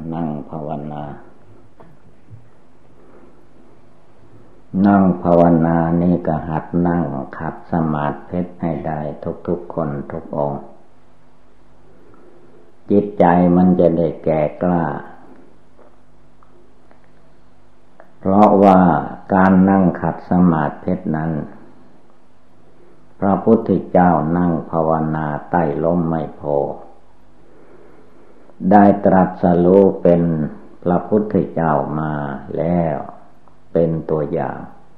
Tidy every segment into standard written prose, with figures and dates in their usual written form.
นั่งภาวนา นั่งภาวนานี่ก็หัดนั่งขัดสมาธิให้ได้ทุกๆคนทุกองค์จิตใจมันจะได้แก่กล้าเพราะว่าการนั่งขัดสมาธินั้นพระพุทธเจ้านั่งภาวนาใต้ร่มไมโพธิ์ได้ตรัสรู้เป็นพระพุทธเจ้ามาแล้วเป็นตัวอย่าง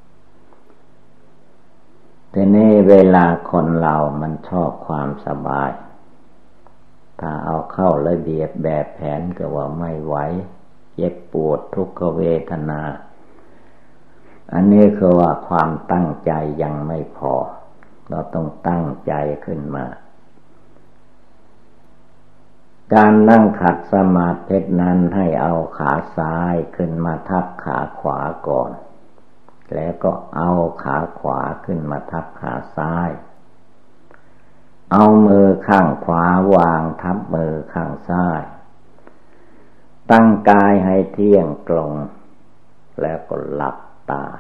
ทีนี้เวลาคนเรามันชอบความสบายถ้าเอาเข้าระเบียบแบบแผนก็ว่าไม่ไหวเจ็บปวดทุกขเวทนาอันนี้คือว่าความตั้งใจยังไม่พอเราต้องตั้งใจขึ้นมาการนั่งขัดสมาธินั้นให้เอาขาซ้ายขึ้นมาทับขาขวาก่อนแล้วก็เอาขาขวาขึ้นมาทับขาซ้ายเอามือข้างขวาวางทับมือข้างซ้ายตั้งกายให้เที่ยงตรงแล้วก็หลับตา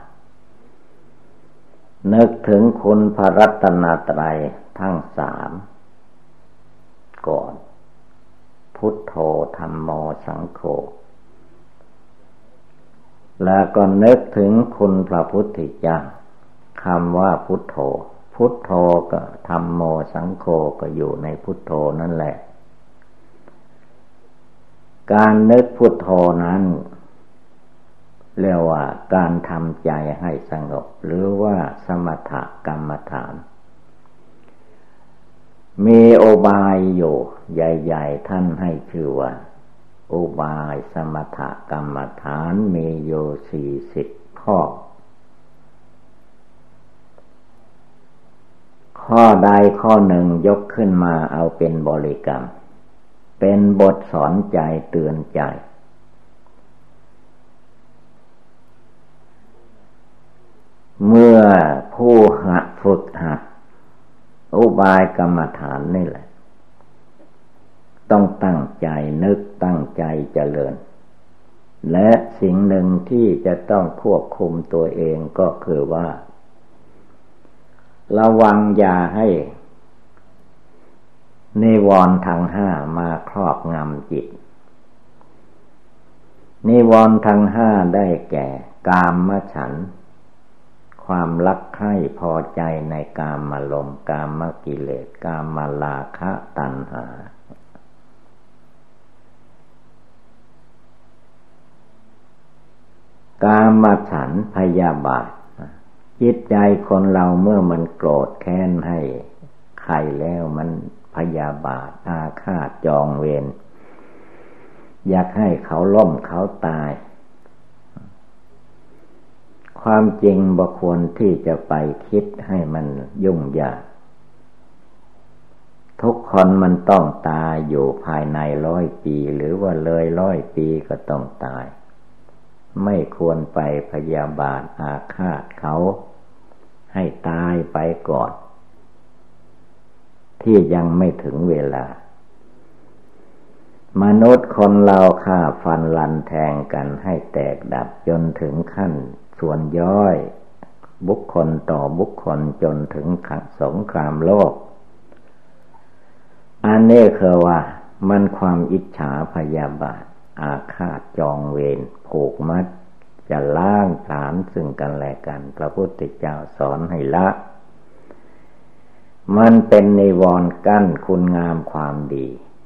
นึกถึงคุณพระรัตนตรัยทั้งสามก่อนพุทโธธัมโมสังโฆแล้วก็นึกถึงคุณพระพุทธเจ้าคำว่าพุทโธพุทโธก็ธัมโมสังโฆก็อยู่ในพุทโธนั่นแหละการนึกพุทโธนั้นเรียกว่าการทำใจให้สงบหรือว่าสมถกรรมฐานมีโอบายอยู่ใหญ่ๆท่านให้ชื่อว่าโอบายสมถกรรมฐานมีอยู่40 ข้อข้อใดข้อหนึ่งยกขึ้นมาเอาเป็นบริกรรมเป็นบทสอนใจเตือนใจเมื่อผู้ฝึกหัดอุบายกรรมฐานนี่แหละต้องตั้งใจนึกตั้งใจเจริญและสิ่งหนึ่งที่จะต้องควบคุมตัวเองก็คือว่าระวังอย่าให้นิวรณ์ทั้งห้ามาครอบงำจิตนิวรณ์ทั้งห้าได้แก่กามฉันท์ความรักใคร่พอใจในกามารมณ์กามกิเลสกามราคะตัณหากามฉันท์พยาบาทจิตใจคนเราเมื่อมันโกรธแค้นให้ใครแล้วมันพยาบาทอาฆาตจองเวรอยากให้เขาล้มเขาตายความจริงบ่ควรที่จะไปคิดให้มันยุ่งยากทุกคนมันต้องตายอยู่ภายใน100 ปีหรือว่าเลย100 ปีก็ต้องตายไม่ควรไปพยาบาทอาฆาตเขาให้ตายไปก่อนที่ยังไม่ถึงเวลามนุษย์คนเราฆ่าฟันลันแทงกันให้แตกดับจนถึงขั้นส่วนย่อยบุคคลต่อบุคคลจนถึงสงครามโลกอันนี้คือว่ามันความอิจฉาพยาบาทอาฆาตจองเวรผูกมัดจะล้างผลาญซึ่งกันและกันพระพุทธเจ้าสอนให้ละมันเป็นนิวรณ์กั้นคุณงามความดี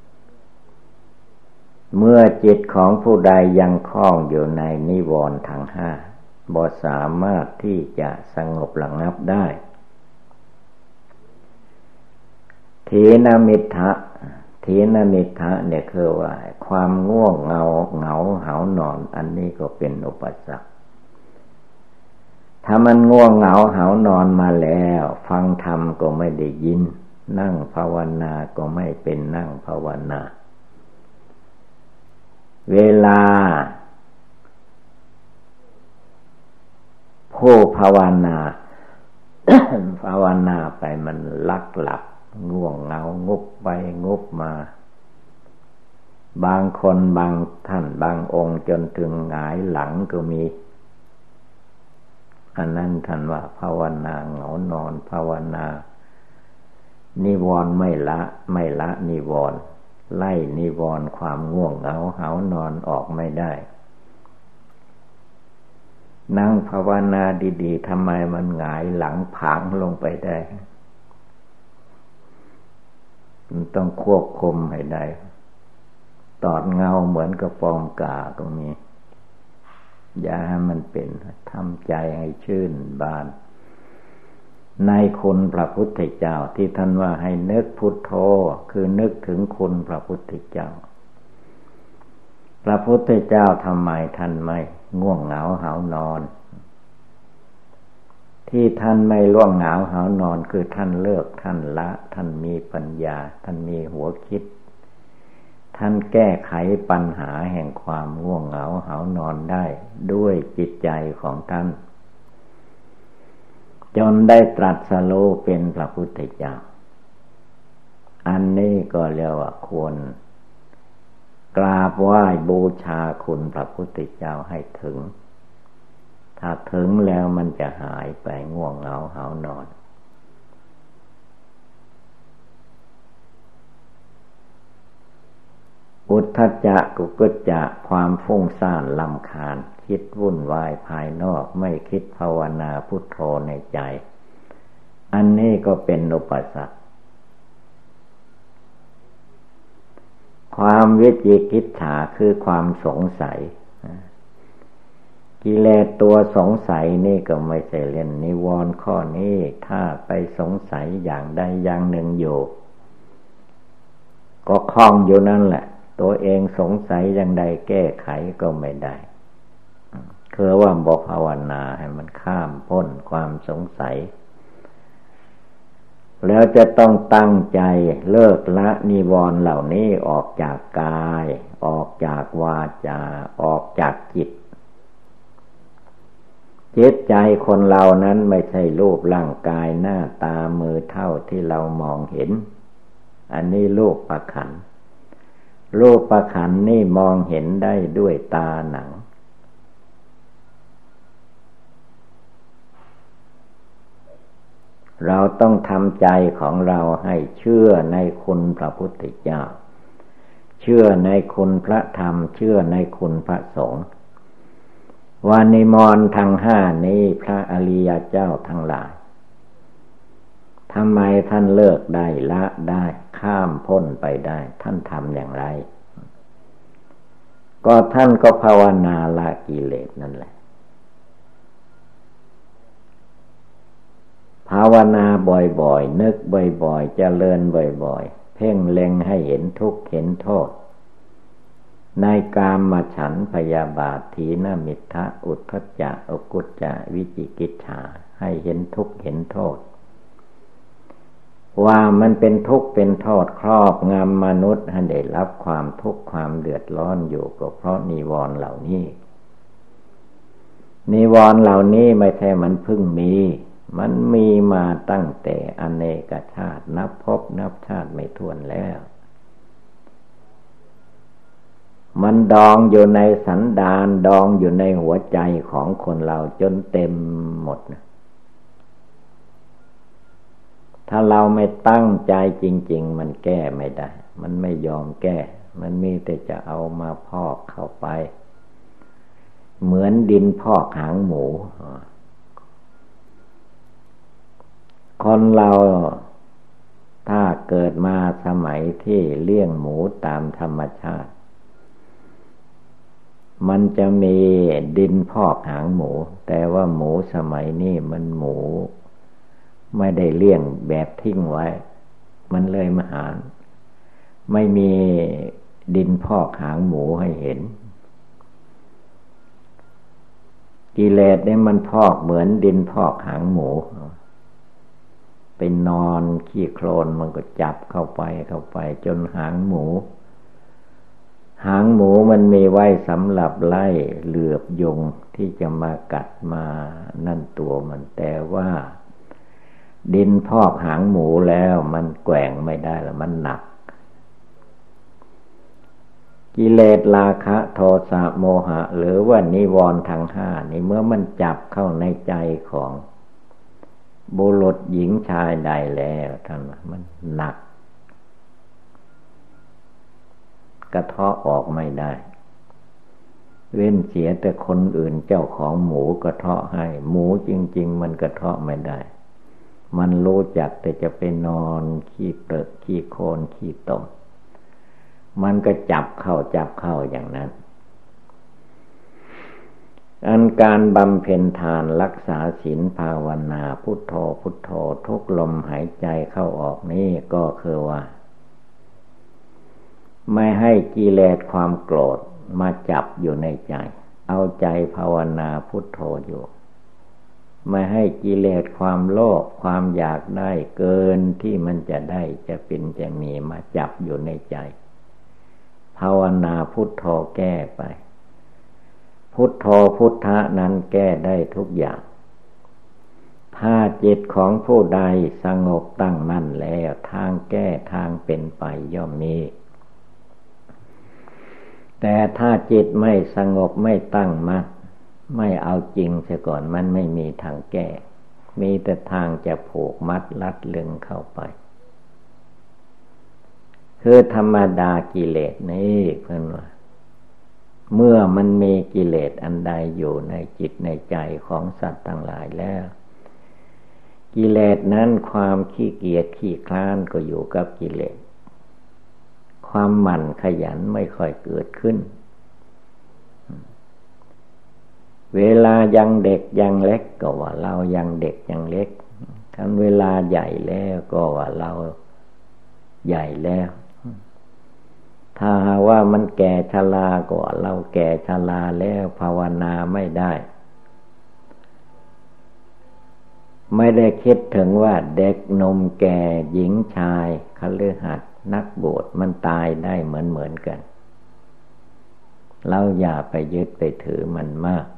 เมื่อจิตของผู้ใดยังคล้องอยู่ในนิวรณ์ทั้งห้าบ่สามารถที่จะสงบระงับได้ถีนมิทธะเนี่ยคือว่าความง่วงเหงาหานอนอันนี้ก็เป็นอุปสรรคถ้ามันง่วงเหงาหานอนมาแล้วฟังธรรมก็ไม่ได้ยินนั่งภาวนาก็ไม่เป็นนั่งภาวนาเวลาผู้ภาวนา ภาวนาไปมันลักหลับง่วงเหงางุบไปงุบมาบางคนบางท่านบางองค์จนถึงหงายหลังก็มีอันนั้นท่านว่าภาวนาเหงานอนภาวนานิวรณ์ไม่ละนิวรณ์ไล่นิวรณ์ความง่วงเหงาหาวนอนออกไม่ได้นั่งภาวนาดีๆทำไมมันหงายหลังผางลงไปได้มันต้องควบคุมให้ได้ตอดเงาเหมือนกับฟอมกาตรงนี้อย่าให้มันเป็นทำใจให้ชื่นบานในคุณพระพุทธเจ้าที่ท่านว่าให้นึกพุทโธคือนึกถึงคุณพระพุทธเจ้าพระพุทธเจ้าทำไมท่านไม่ง่วงเหงาหาวนอนที่ท่านไม่ง่วงเหงาหาวนอนคือท่านเลิกท่านละท่านมีปัญญาท่านมีหัวคิดท่านแก้ไขปัญหาแห่งความง่วงเหงาหาวนอนได้ด้วยจิตใจของท่านจนได้ตรัสรู้เป็นพระพุทธเจ้าอันนี้ก็เรียกว่าควรกราบไหว้บูชาคุณพระพุทธเจ้าให้ถึงถ้าถึงแล้วมันจะหายไปง่วงเหงาหาวนอนอุทธัจจะกุกุจจะความฟุ้งซ่านรำคาญคิดวุ่นวายภายนอกไม่คิดภาวนาพุทโธในใจอันนี้ก็เป็นอุปสรรคความวิจิกิจฉาคือความสงสัยกิเลสตัวสงสัยนี่ก็ไม่ใช่เล่นนิวรณ์ข้อนี้ถ้าไปสงสัยอย่างใดอย่างหนึ่งอยู่ก็คล้องอยู่นั่นแหละตัวเองสงสัยอย่างใดแก้ไขก็ไม่ได้คือว่าบอกภาวนาให้มันข้ามพ้นความสงสัยแล้วจะต้องตั้งใจเลิกละนิวรณ์เหล่านี้ออกจากกายออกจากวาจาออกจากจิตจิตใจคนเรานั้นไม่ใช่รูปร่างกายหน้าตามือเท่าที่เรามองเห็นอันนี้รูปประขันธ์รูปประขันธ์นี่มองเห็นได้ด้วยตาหนังเราต้องทำใจของเราให้เชื่อในคุณพระพุทธเจ้าเชื่อในคุณพระธรรมเชื่อในคุณพระสงฆ์ว่านิมนต์ทั้งห้านี้พระอริยเจ้าทั้งหลายทำไมท่านเลิกได้ละได้ข้ามพ้นไปได้ท่านทำอย่างไรก็ท่านก็ภาวนาละกิเลสนั่นแหละภาวนาบ่อยๆนึกบ่อยๆเจริญบ่อยๆเพ่งเล็งให้เห็นทุกข์เห็นโทษในกามฉันท์พยาบาทถีนมิทธะอุทธัจจะอกุจจะวิจิกิจฉาให้เห็นทุกข์เห็นโทษว่ามันเป็นทุกข์เป็นโทษครอบงำมนุษย์ให้ได้รับความทุกข์ความเดือดร้อนอยู่ก็เพราะนิวรณ์เหล่านี้นิวรณ์เหล่านี้ไม่ใช่มันเพิ่งมีมันมีมาตั้งแต่อเนกชาตินับพบนับชาติไม่ถ้วนแล้วมันดองอยู่ในสันดานดองอยู่ในหัวใจของคนเราจนเต็มหมดนะถ้าเราไม่ตั้งใจจริงๆมันแก้ไม่ได้มันไม่ยอมแก้มันมีแต่จะเอามาพอกเข้าไปเหมือนดินพอกหางหมูคนเราถ้าเกิดมาสมัยที่เลี้ยงหมูตามธรรมชาติมันจะมีดินพอกหางหมูแต่ว่าหมูสมัยนี้มันหมูไม่ได้เลี้ยงแบบทิ้งไว้มันเลยมหาไม่มีดินพอกหางหมูให้เห็นกิเลสเนี่ยมันพอกเหมือนดินพอกหางหมูไปนอนขี้โคลนมันก็จับเข้าไปจนหางหมูมันมีไว้สำหรับไล่เหลือบยุงที่จะมากัดมานั่นตัวมันแต่ว่าดินพอกหางหมูแล้วมันแกว่งไม่ได้แล้วมันหนักกิเลสราคะโทสะโมหะหรือว่านิวรณ์ทั้งห้านี่เมื่อมันจับเข้าในใจของบุรุษหญิงชายใดแล้วท่านว่ามันหนักกระเทาะออกไม่ได้เว้นเสียแต่คนอื่นเจ้าของหมูกระเทาะให้หมูจริงๆมันกระเทาะไม่ได้มันรู้จักแต่จะไปนอนขี้เปลือกขี้โคลนขี้ตมมันก็จับเข้าอย่างนั้นอันการบำเพ็ญทานรักษาศีลภาวนาพุทโธพุทโธทุกลมหายใจเข้าออกนี้ก็คือว่าไม่ให้กิเลสความโกรธมาจับอยู่ในใจเอาใจภาวนาพุทโธอยู่ไม่ให้กิเลสความโลภความอยากได้เกินที่มันจะได้จะเป็นจะมีมาจับอยู่ในใจภาวนาพุทโธแก้ไปพุทโธพุทธะนั้นแก้ได้ทุกอย่างถ้าจิตของผู้ใดสงบตั้งมั่นแล้วทางแก้ทางเป็นไปย่อมมีแต่ถ้าจิตไม่สงบไม่ตั้งมั่นไม่เอาจริงเสียก่อนมันไม่มีทางแก้มีแต่ทางจะผูกมัดลัดลึงเข้าไปคือธรรมดากิเลสนี้เพื่อนว่าเมื่อมันมีกิเลสอันใดอยู่ในจิตในใจของสัตว์ทั้งหลายแล้วกิเลสนั้นความขี้เกียจขี้คลานก็อยู่กับกิเลสความหมั่นขยันไม่ค่อยเกิดขึ้นเวลายังเด็กยังเล็กก็ว่าเรายังเด็กยังเล็กคันเวลาใหญ่แล้วก็ว่าเราใหญ่แล้วถ้าว่ามันแก่ชราก็ว่าเราแก่ชราแล้วภาวนาไม่ได้ไม่ได้คิดถึงว่าเด็กหนุ่มแก่หญิงชายคฤหัสถ์นักบวชมันตายได้เหมือนกันเราอย่าไปยึดไปถือมันมาก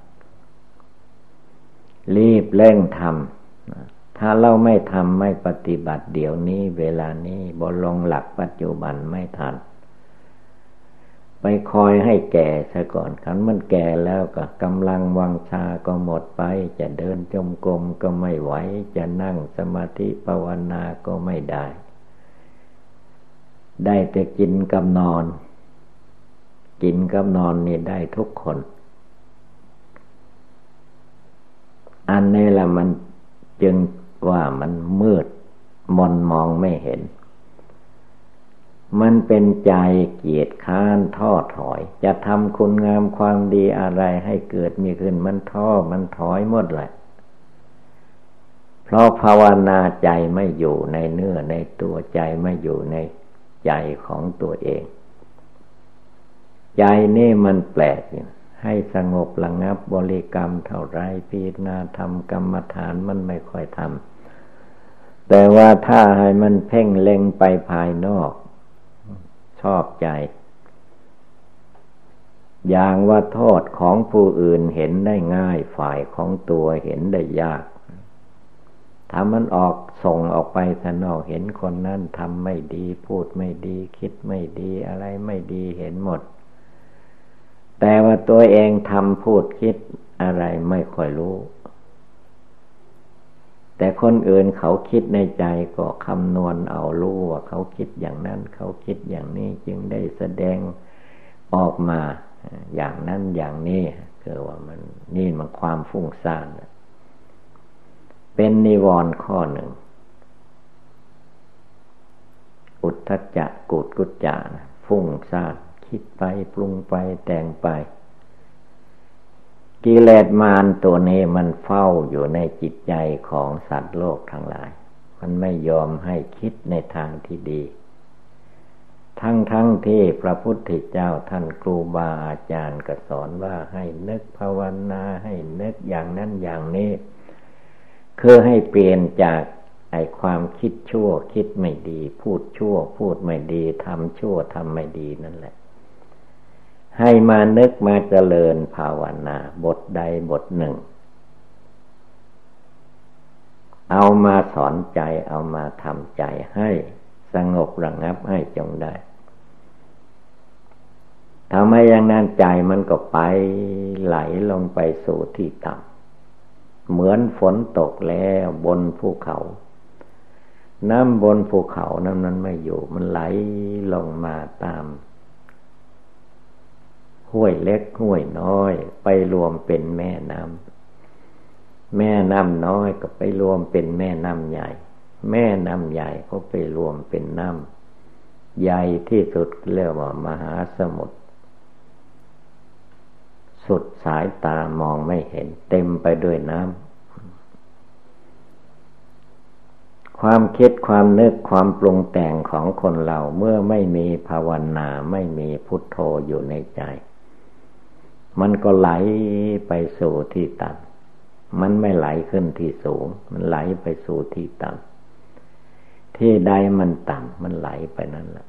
รีบเร่งทำถ้าเราไม่ทำไม่ปฏิบัติเดี๋ยวนี้เวลานี้บ่ลงหลักปัจจุบันไม่ทันไปคอยให้แก่ซะก่อนคันมันแก่แล้วก็กำลังวังชาก็หมดไปจะเดินจงกรมก็ไม่ไหวจะนั่งสมาธิภาวนาก็ไม่ได้แต่กินกับนอนกินกับนอนนี่ได้ทุกคนอันนี้แหละมันจึงว่ามันมืดมนมองไม่เห็นมันเป็นใจเกียจค้านท้อถอยจะทำคุณงามความดีอะไรให้เกิดมีขึ้นมันท้อมันถอยหมดเลยเพราะภาวนาใจไม่อยู่ในเนื้อในตัวใจไม่อยู่ในใจของตัวเองใจนี่มันแปลกให้สงบระงับบริกรรมเท่าไรพิจารณาทำกรรมฐานมันไม่ค่อยทำแต่ว่าถ้าให้มันเพ่งเล็งไปภายนอกชอบใจอย่างว่าโทษของผู้อื่นเห็นได้ง่ายฝ่ายของตัวเห็นได้ยากถ้ามันออกส่งออกไปข้างนอกเห็นคนนั้นทำไม่ดีพูดไม่ดีคิดไม่ดีอะไรไม่ดีเห็นหมดแต่ว่าตัวเองทำพูดคิดอะไรไม่ค่อยรู้แต่คนอื่นเขาคิดในใจก็คำนวณเอารู้ว่าเขาคิดอย่างนั้นเขาคิดอย่างนี้จึงได้แสดงออกมาอย่างนั้นอย่างนี้คือว่ามันความฟุ้งซ่านเป็นนิวรณ์ข้อหนึ่งอุทธัจจะกุกุจจะฟุ้งซ่านคิดไปปรุงไปแต่งไปกิเลสมารตัวนี้มันเฝ้าอยู่ในจิตใจของสัตว์โลกทั้งหลายมันไม่ยอมให้คิดในทางที่ดีทั้งที่พระพุทธเจ้าท่านครูบาอาจารย์ก็สอนว่าให้นึกภาวนาให้นึกอย่างนั้นอย่างนี้คือให้เปลี่ยนจากไอ้ความคิดชั่วคิดไม่ดีพูดชั่วพูดไม่ดีทำชั่วทำไม่ดีนั่นแหละให้มานึกมาเจริญภาวนาบทใดบทหนึ่งเอามาสอนใจเอามาทำใจให้สงบระงับให้จงได้ทำให้อย่างนั้นใจมันก็ไปไหลลงไปสู่ที่ต่ำเหมือนฝนตกแล้วบนภูเขาน้ำบนภูเขานั้นไม่อยู่มันไหลลงมาตามห้วยเล็กห้วยน้อยไปรวมเป็นแม่น้ำแม่น้ำน้อยก็ไปรวมเป็นแม่น้ำใหญ่แม่น้ำใหญ่ก็ไปรวมเป็นน้ำใหญ่ที่สุดเรียกว่ามหาสมุทรสุดสายตามองไม่เห็นเต็มไปด้วยน้ำความคิดความนึกความปรุงแต่งของคนเราเมื่อไม่มีภาวนาไม่มีพุทโธอยู่ในใจมันก็ไหลไปสู่ที่ต่ำมันไม่ไหลขึ้นที่สูงมันไหลไปสู่ที่ต่ำที่ใดมันต่ำมันไหลไปนั่นแหละ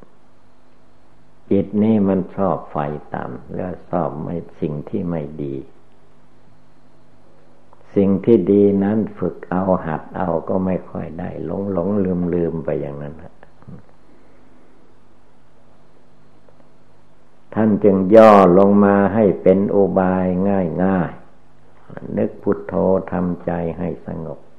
จิตนี่มันชอบไฟต่ำแล้วชอบไม่สิ่งที่ไม่ดีสิ่งที่ดีนั้นฝึกเอาหัดเอาก็ไม่ค่อยได้หลงลืมไปอย่างนั้นท่านจึงย่อลงมาให้เป็นอุบายง่ายนึกพุทโธทำใจให้สงบ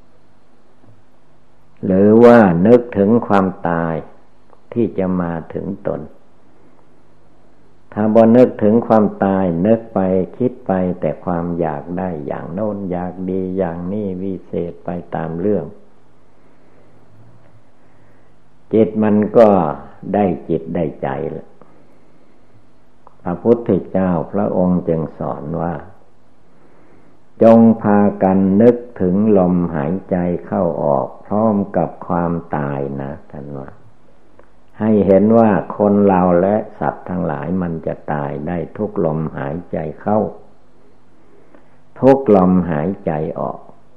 หรือว่านึกถึงความตายที่จะมาถึงตนถ้าบ่นึกถึงความตายนึกไปคิดไปแต่ความอยากได้อย่างโน้นอยากดีอย่างนี้วิเศษไปตามเรื่องจิตมันก็ได้จิตได้ใจแหละพระพุทธเจ้าพระองค์จึงสอนว่าจงพากันนึกถึงลมหายใจเข้าออกพร้อมกับความตายนะท่านว่าให้เห็นว่าคนเราและสัตว์ทั้งหลายมันจะตายได้ทุกลมหายใจเข้าทุกลมหายใจออก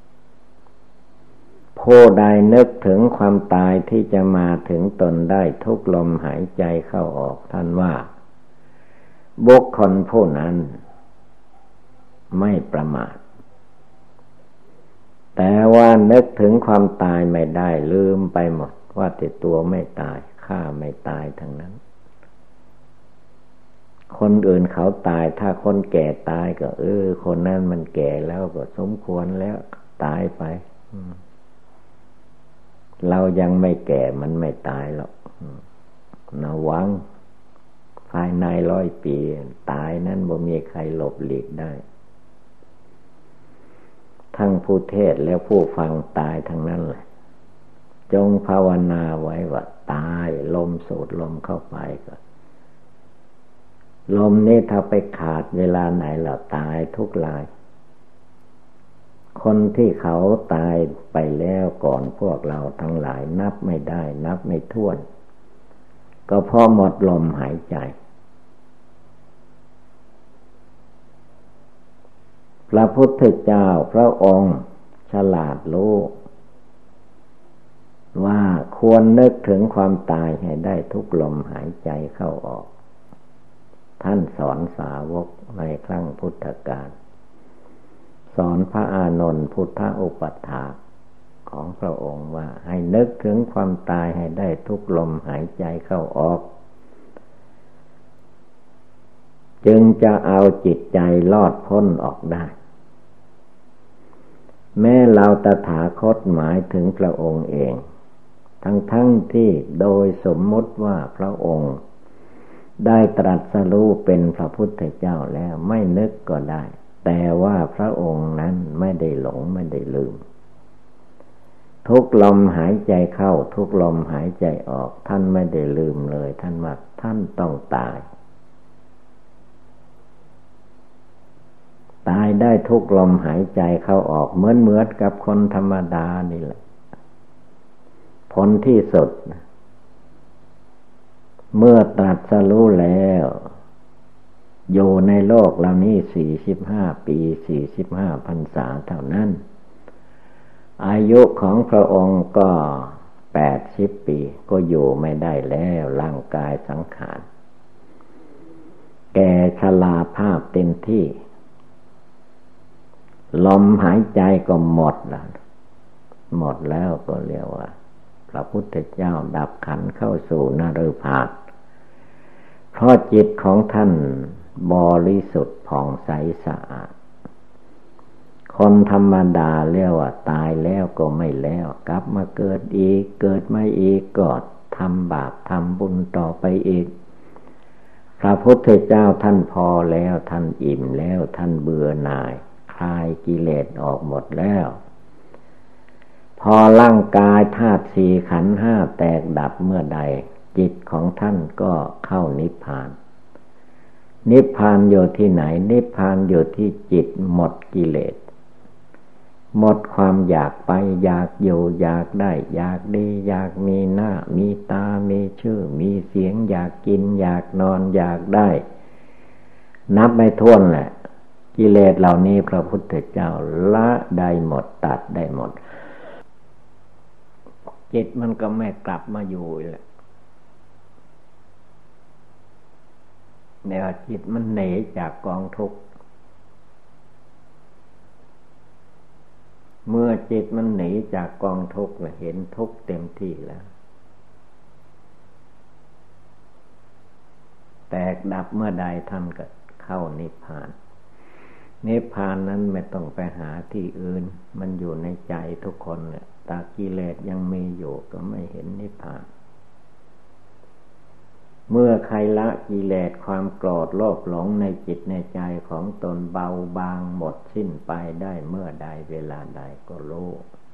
ผู้ใดนึกถึงความตายที่จะมาถึงตนได้ทุกลมหายใจเข้าออกท่านว่าบุคคลผู้นั้นไม่ประมาทแต่ว่านึกถึงความตายไม่ได้ลืมไปหมดว่าแต่ตัวไม่ตายข้าไม่ตายทั้งนั้นคนอื่นเขาตายถ้าคนแก่ตายก็คนนั้นมันแก่แล้วก็สมควรแล้วตายไปเรายังไม่แก่มันไม่ตายหรอกระวังภายใน100 ปีตายนั้นบ่มีใครหลบหลีกได้ทั้งผู้เทศและผู้ฟังตายทั้งนั้นแหละจงภาวนาไว้ว่าตายลมสูดลมเข้าไปก็ลมนี้ถ้าไปขาดเวลาไหนเราตายทุกรายคนที่เขาตายไปแล้วก่อนพวกเราทั้งหลายนับไม่ได้นับไม่ถ้วนก็เพราะหมดลมหายใจพระพุทธเจ้าพระองค์ฉลาดรู้ว่าควรนึกถึงความตายให้ได้ทุกลมหายใจเข้าออกท่านสอนสาวกในครั้งพุทธกาลสอนพระอานนท์พุทธอุปัฏฐากของพระองค์ว่าให้นึกถึงความตายให้ได้ทุกลมหายใจเข้าออกจึงจะเอาจิตใจรอดพ้นออกได้แม้เราตถาคตหมายถึงพระองค์เองทั้งที่โดยสมมุติว่าพระองค์ได้ตรัสรู้เป็นพระพุทธเจ้าแล้วไม่นึกก็ได้แต่ว่าพระองค์นั้นไม่ได้หลงไม่ได้ลืมทุกลมหายใจเข้าทุกลมหายใจออกท่านไม่ได้ลืมเลยท่านว่าท่านต้องตายตายได้ทุกลมหายใจเข้าออกเหมือนกับคนธรรมดานี่แหละผลที่สุดเมื่อตรัสรู้แล้วอยู่ในโลกเหล่านี้45 ปี45 พรรษาเท่านั้นอายุของพระองค์ก็80 ปีก็อยู่ไม่ได้แล้วร่างกายสังขารแก่ชราภาพเต็มที่ลมหายใจก็หมดแล้วก็เรียกว่าพระพุทธเจ้าดับขันธ์เข้าสู่นฤพานพเพราะจิตของท่านบริสุทธิ์ผ่องใสสะอาดคนธรรมดาเรียกว่าตายแล้วก็ไม่แล้วกลับมาเกิดอีกเกิดมาอีกก็ทำบาปทำบุญต่อไปอีกพระพุทธเจ้าท่านพอแล้วท่านอิ่มแล้วท่านเบื่อหน่ายคลายกิเลสออกหมดแล้วพอร่างกายธาตุสี่ขันธ์ห้าแตกดับเมื่อใดจิตของท่านก็เข้านิพพานนิพพานอยู่ที่ไหนนิพพานอยู่ที่จิตหมดกิเลสหมดความอยากไปอยากอยู่อยากได้อยากดีอยากมีหน้ามีตามีชื่อมีเสียงอยากกินอยากนอนอยากได้นับไม่ถ้วนแหละกิเลสเหล่านี้พระพุทธเจ้าละได้หมดตัดได้หมดจิตมันก็ไม่กลับมาอยู่แหละเดี๋ยวจิตมันหนีจากกองทุกข์เมื่อจิตมันหนีจากกองทุกข์เห็นทุกข์เต็มที่แล้วแตกดับเมื่อใดท่านก็เข้านิพพานนิพพานนั้นไม่ต้องไปหาที่อื่นมันอยู่ในใจทุกคนเนี่ยตากิเลสยังมีอยู่ก็ไม่เห็นนิพพานเมื่อใครละกิเลสความโกรธโลภหลงในจิตในใจของตนเบาบางหมดสิ้นไปได้เมื่อใดเวลาใดก็รู้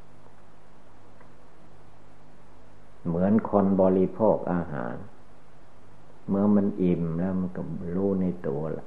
เหมือนคนบริโภคอาหารเมื่อมันอิ่มแล้วมันก็รู้ในตัวละ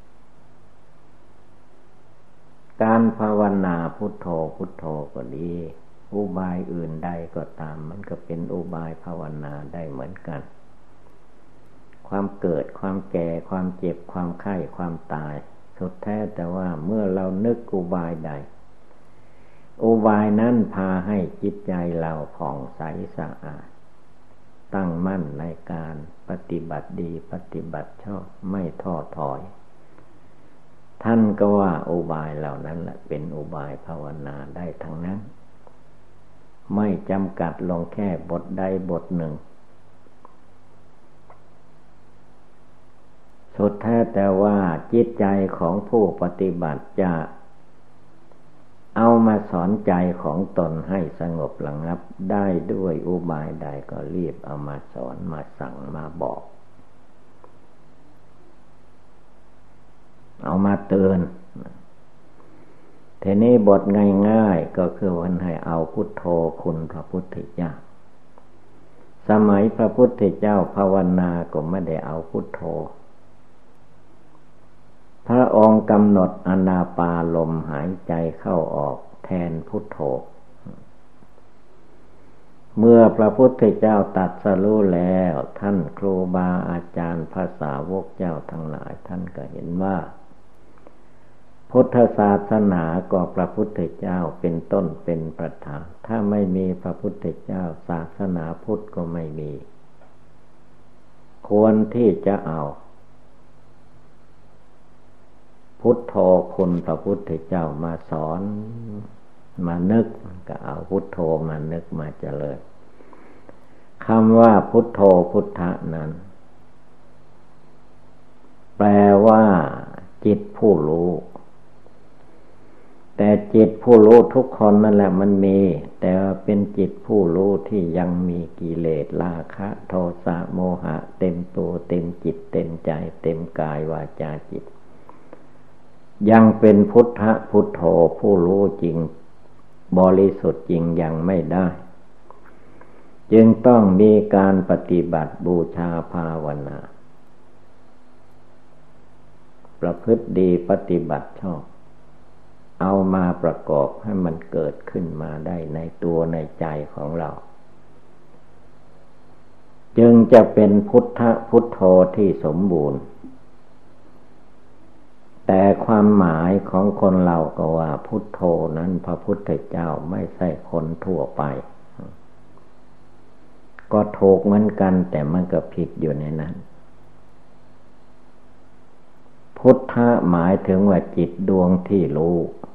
การภาวนาพุทโธพุทโธก็ดีอุบายอื่นใดก็ตามมันก็เป็นอุบายภาวนาได้เหมือนกันความเกิดความแก่ความเจ็บความไข้ความตายสุดแท้แต่ว่าเมื่อเรานึกอุบายใดอุบายนั้นพาให้จิตใจเราผ่องใสสะอาดตั้งมั่นในการปฏิบัติดีปฏิบัติชอบไม่ท้อถอยท่านก็ว่าอุบายเหล่านั้นแหละเป็นอุบายภาวนาได้ทั้งนั้นไม่จำกัดลงแค่บทใดบทหนึ่งสุดแท้แต่ว่าจิตใจของผู้ปฏิบัติจะเอามาสอนใจของตนให้สงบระงับได้ด้วยอุบายใดก็รีบเอามาสอนมาสั่งมาบอกเอามาเตือนทีนี้บทง่ายๆก็คือวันให้เอาพุทโธคุณพระพุทธเจ้าสมัยพระพุทธเจ้าภาวนาก็ไม่ได้เอาพุทโธพระองค์กำหนดอานาปานลมหายใจเข้าออกแทนพุทโธเมื่อพระพุทธเจ้าตรัสรู้แล้วท่านครูบาอาจารย์ภาษาวกเจ้าทั้งหลายท่านก็เห็นว่าพุทธศาสนาก็พระพุทธเจ้าเป็นต้นเป็นประธานถ้าไม่มีพระพุทธเจ้าศาสนาพุทธก็ไม่มีควรที่จะเอาพุทโธคุณพระพุทธเจ้ามาสอนมานึกก็เอาพุทโธมานึกมาเจริญคำว่าพุทโธพุทธะนั้นแปลว่าจิตผู้รู้แต่จิตผู้รู้ทุกคนนั่นแหละมันมีแต่เป็นจิตผู้รู้ที่ยังมีกิเลสราคะโทสะโมหะเต็มตัวเต็มจิตเต็มใจเต็มกายวาจาจิตยังเป็นพุทธะพุทโธผู้รู้จริงบริสุทธิ์จริงยังไม่ได้จึงต้องมีการปฏิบัติบูชาภาวนาประพฤติดีปฏิบัติชอบเอามาประกอบให้มันเกิดขึ้นมาได้ในตัวในใจของเราจึงจะเป็นพุทธะพุทโธที่สมบูรณ์แต่ความหมายของคนเราก็ว่าพุทโธนั้นพระพุทธเจ้าไม่ใช่คนทั่วไปก็ถูกเหมือนกันแต่มันก็ผิดอยู่ในนั้นพุทธะหมายถึงว่าจิตดวงที่รู้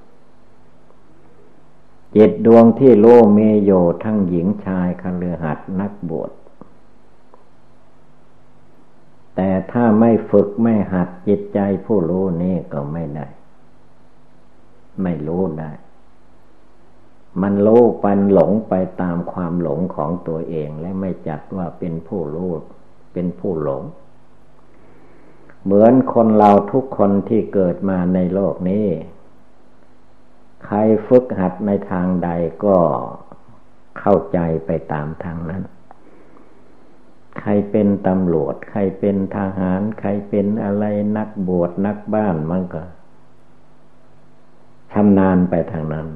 จิตดวงที่รู้มีอยู่ทั้งหญิงชายคฤหัสถ์นักบวชแต่ถ้าไม่ฝึกไม่หัดจิตใจผู้รู้นี่ก็ไม่ได้ไม่รู้ได้มันรู้ปันหลงไปตามความหลงของตัวเองและไม่จัดว่าเป็นผู้รู้เป็นผู้หลงเหมือนคนเราทุกคนที่เกิดมาในโลกนี้ใครฝึกหัดในทางใดก็เข้าใจไปตามทางนั้นใครเป็นตำรวจใครเป็นทหารใครเป็นอะไรนักบวชนักบ้านมันก็ชำนาญไปทางนั้น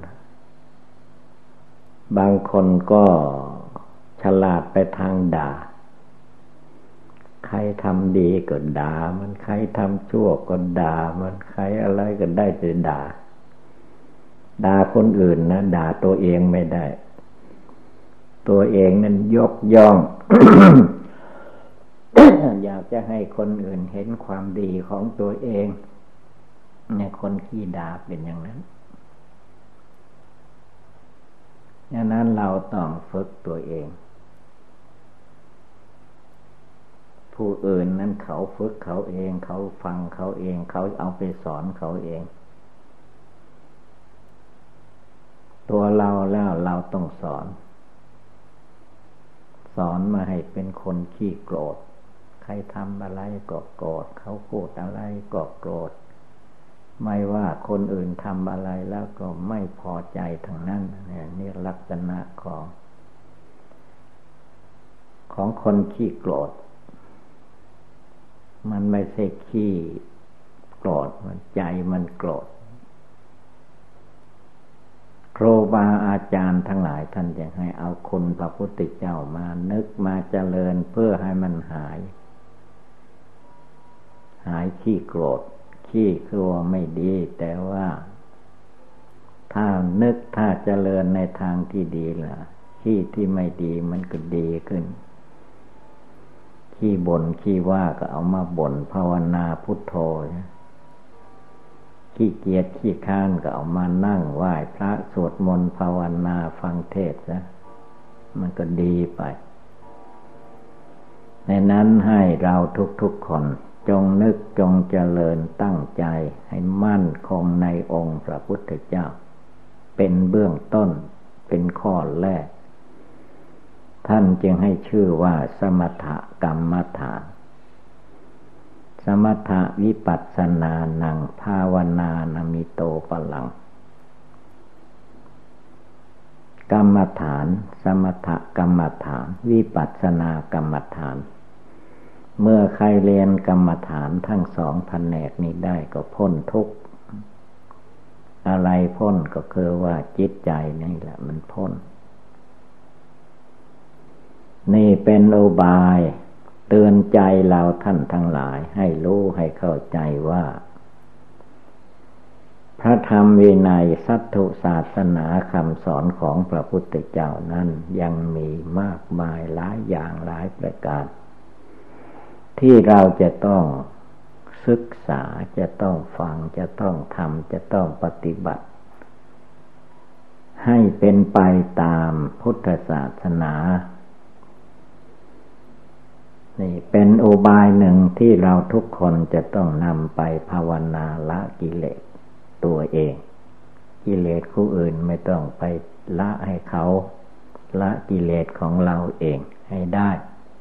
บางคนก็ฉลาดไปทางด่าใครทำดีก็ด่ามันใครทำชั่วก็ด่ามันใครอะไรก็ได้แต่ด่าคนอื่นนะด่าตัวเองไม่ได้ตัวเองนั้นยกย่อง อยากจะให้คนอื่นเห็นความดีของตัวเองเนี่ยคนขี้ด่าเป็นอย่างนั้นดังนั้นเราต้องฝึกตัวเองผู้อื่นนั้นเขาฝึกเขาเองเขาฟังเขาเองเขาเอาไปสอนเขาเองตัวเราแล้วเราต้องสอนมาให้เป็นคนขี้โกรธใครทำอะไรก็โกรธเขาพูดอะไรก็โกรธไม่ว่าคนอื่นทำอะไรแล้วก็ไม่พอใจทั้งนั้นเนี่ยนี่ลักษณะของคนขี้โกรธมันไม่ใช่ขี้โกรธมันใจมันโกรธครูบาอาจารย์ทั้งหลายท่านจะให้เอาคุณพระพุทธเจ้ามานึกมาเจริญเพื่อให้มันหายขี้โกรธขี้คือว่าไม่ดีแต่ว่าถ้านึกถ้าเจริญในทางที่ดีล่ะขี้ที่ไม่ดีมันก็ดีขึ้นขี้บ่นขี้ว่าก็เอามาบ่นภาวนาพุทโธขี้เกียจขี้ค้านก็เอามานั่งไหว้พระสวดมนต์ภาวนาฟังเทศน์นะมันก็ดีไปในนั้นให้เราทุกๆคนจงนึกจงเจริญตั้งใจให้มั่นคงในองค์พระพุทธเจ้าเป็นเบื้องต้นเป็นข้อแรกท่านจึงให้ชื่อว่าสมถกรรมฐานสมถวิปัสสนานังภาวนานามิโตปะลังกรรมฐานสมถกรรมฐานวิปัสสนากรรมฐานเมื่อใครเรียนกรรมฐานทั้งสองแผนกนี้ได้ก็พ้นทุกข์อะไรพ้นก็คือว่าจิตใจนี่แหละมันพ้นนี่เป็นอุบายเตือนใจเราท่านทั้งหลายให้รู้ให้เข้าใจว่าพระธรรมวินัยสัทธุศาสนาคำสอนของพระพุทธเจ้านั้นยังมีมากมายหลายอย่างหลายประการที่เราจะต้องศึกษาจะต้องฟังจะต้องทำจะต้องปฏิบัติให้เป็นไปตามพุทธศาสนานี่เป็นอุบายหนึ่งที่เราทุกคนจะต้องนำไปภาวนาละกิเลสตัวเองกิเลสผู้อื่นไม่ต้องไปละให้เขาละกิเลสของเราเองให้ได้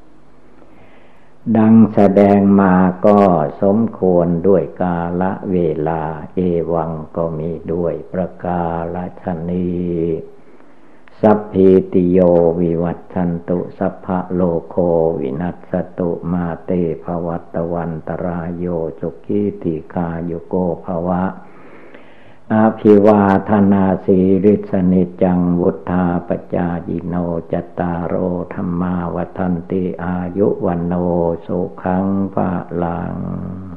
ดังแสดงมาก็สมควรด้วยกาลเวลาเอวังก็มีด้วยประกาศนีสัพพิติโยวิวัชชันตุสัพพะโลโควินัสสตุมาเตภวัตวันตรายโยจุกิติกายุโกภวะอาภิวาทนาสีริสนิจังวุธาปจายิโนจตตารโอธัมมาวัฏันติอายุวันโนสุขังภะลัง